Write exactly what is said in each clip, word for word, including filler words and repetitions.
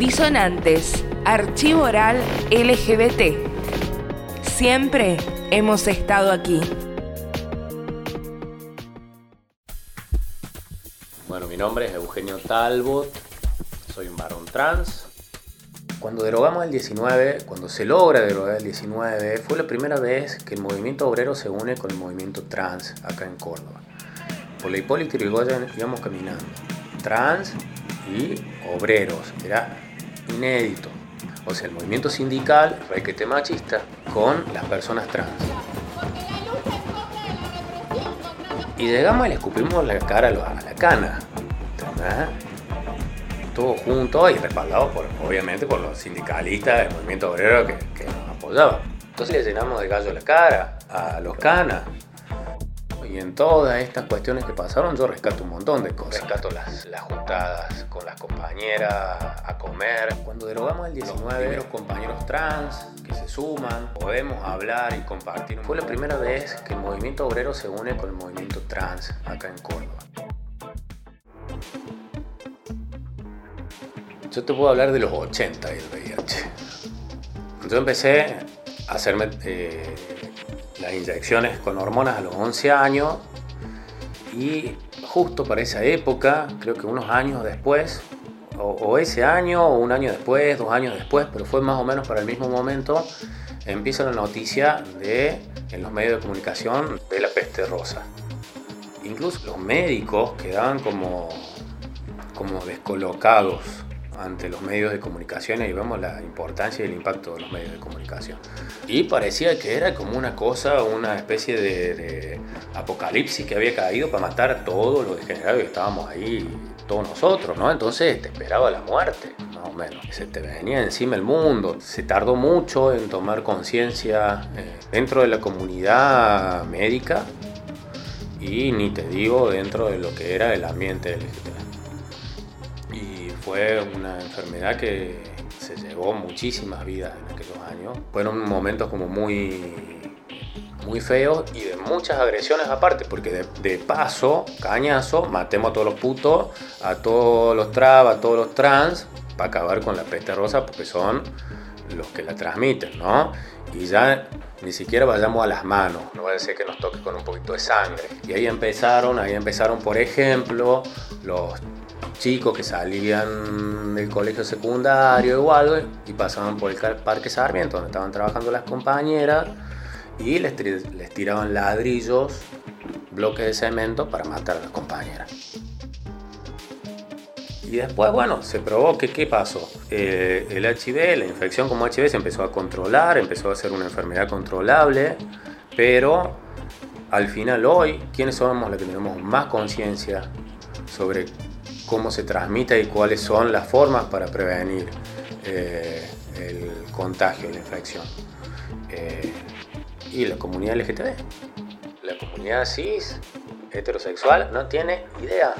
Disonantes, Archivo Oral L G B T. Siempre hemos estado aquí. Bueno, mi nombre es Eugenio Talbot, soy un varón trans. Cuando derogamos el diecinueve, cuando se logra derogar el diecinueve, fue la primera vez que el movimiento obrero se une con el movimiento trans acá en Córdoba. Por la Hipólito Yrigoyen íbamos caminando, trans y obreros, era inédito. O sea, el movimiento sindical, requete machista, con las personas trans. Y llegamos y le escupimos la cara a la cana, ¿entendés? Todos juntos y respaldados por, obviamente, por los sindicalistas del movimiento obrero que, que nos apoyaban. Entonces le llenamos de gallo la cara a los canas. Y en todas estas cuestiones que pasaron yo rescato un montón de cosas. Rescato las, las juntadas con las compañeras a comer. Cuando derogamos el diecinueve, los primeros compañeros trans que se suman, podemos hablar y compartir. Fue la primera vez que el movimiento obrero se une con el movimiento trans acá en Córdoba. Yo te puedo hablar de los ochenta y el V I H. Yo empecé a hacerme eh, las inyecciones con hormonas a los once años y justo para esa época, creo que unos años después, o, o ese año, o un año después, dos años después, pero fue más o menos para el mismo momento, empieza la noticia de, en los medios de comunicación de la peste rosa. Incluso los médicos quedaban como, como descolocados ante los medios de comunicación y vemos la importancia y el impacto de los medios de comunicación. Y parecía que era como una cosa, una especie de, de apocalipsis que había caído para matar a todos los degenerados que estábamos ahí, todos nosotros, ¿no? Entonces te esperaba la muerte, más o menos. Se te venía encima el mundo. Se tardó mucho en tomar conciencia eh, dentro de la comunidad médica y ni te digo dentro de lo que era el ambiente L G B T. Fue una enfermedad que se llevó muchísimas vidas en aquellos años. Fueron momentos como muy, muy feos y de muchas agresiones aparte, porque de, de paso, cañazo, matemos a todos los putos, a todos los trabas, a todos los trans, para acabar con la peste rosa, porque son los que la transmiten, ¿no? Y ya ni siquiera vayamos a las manos, no vaya a ser que nos toque con un poquito de sangre. Y ahí empezaron, ahí empezaron, por ejemplo, los chicos que salían del colegio secundario o algo y pasaban por el Parque Sarmiento donde estaban trabajando las compañeras y les, les tiraban ladrillos, bloques de cemento para matar a las compañeras. Y después, bueno, se probó que ¿qué pasó? Eh, el H I V, la infección como H I V se empezó a controlar, empezó a ser una enfermedad controlable, pero al final hoy, ¿quiénes somos los que tenemos más conciencia sobre cómo se transmite y cuáles son las formas para prevenir eh, el contagio, la infección? Eh, y la comunidad L G B T, la comunidad cis, heterosexual, no tiene idea.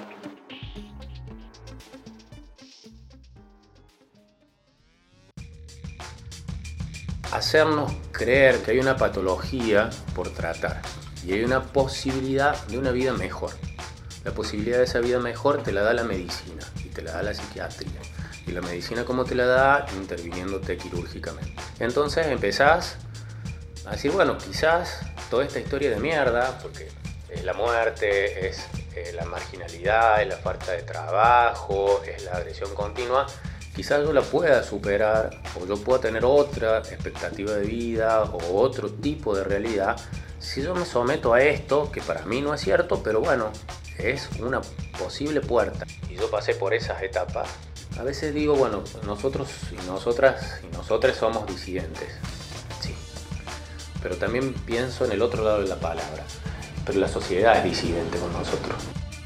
Hacernos creer que hay una patología por tratar y hay una posibilidad de una vida mejor. La posibilidad de esa vida mejor te la da la medicina y te la da la psiquiatría. Y la medicina, ¿cómo te la da? Interviniéndote quirúrgicamente. Entonces empezás a decir, bueno, quizás toda esta historia de mierda, porque es la muerte, es eh, la marginalidad, es la falta de trabajo, es la agresión continua, quizás yo la pueda superar o yo pueda tener otra expectativa de vida o otro tipo de realidad si yo me someto a esto, que para mí no es cierto, pero bueno, es una posible puerta. Y yo pasé por esas etapas. A veces digo, bueno, nosotros y nosotras y nosotros somos disidentes. Sí. Pero también pienso en el otro lado de la palabra. Pero la sociedad es disidente con nosotros.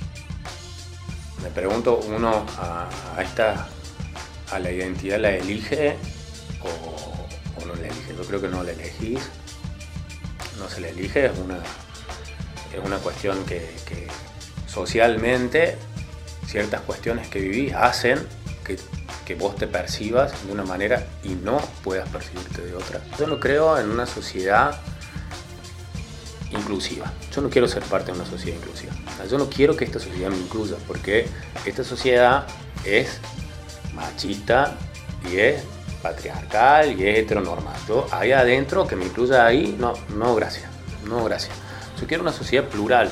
Me pregunto, uno a, a esta, a la identidad la elige o, o no la elige. Yo creo que no la elegís. No se la elige, es una, es una cuestión que, que socialmente ciertas cuestiones que vivís hacen que, que vos te percibas de una manera y no puedas percibirte de otra. Yo no creo en una sociedad inclusiva. Yo no quiero ser parte de una sociedad inclusiva. Yo no quiero que esta sociedad me incluya porque esta sociedad es machista, y es patriarcal y es heteronormado. Ahí adentro, que me incluya ahí, no, no, gracias. No, gracias. Yo quiero una sociedad plural.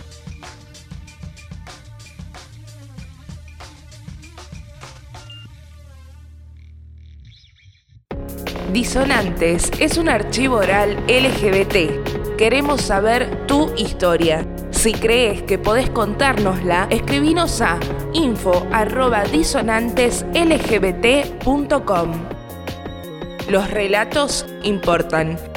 Disonantes es un archivo oral L G B T. Queremos saber tu historia. Si crees que podés contárnosla, escribinos a info arroba disonantes l g b t punto com. Los relatos importan.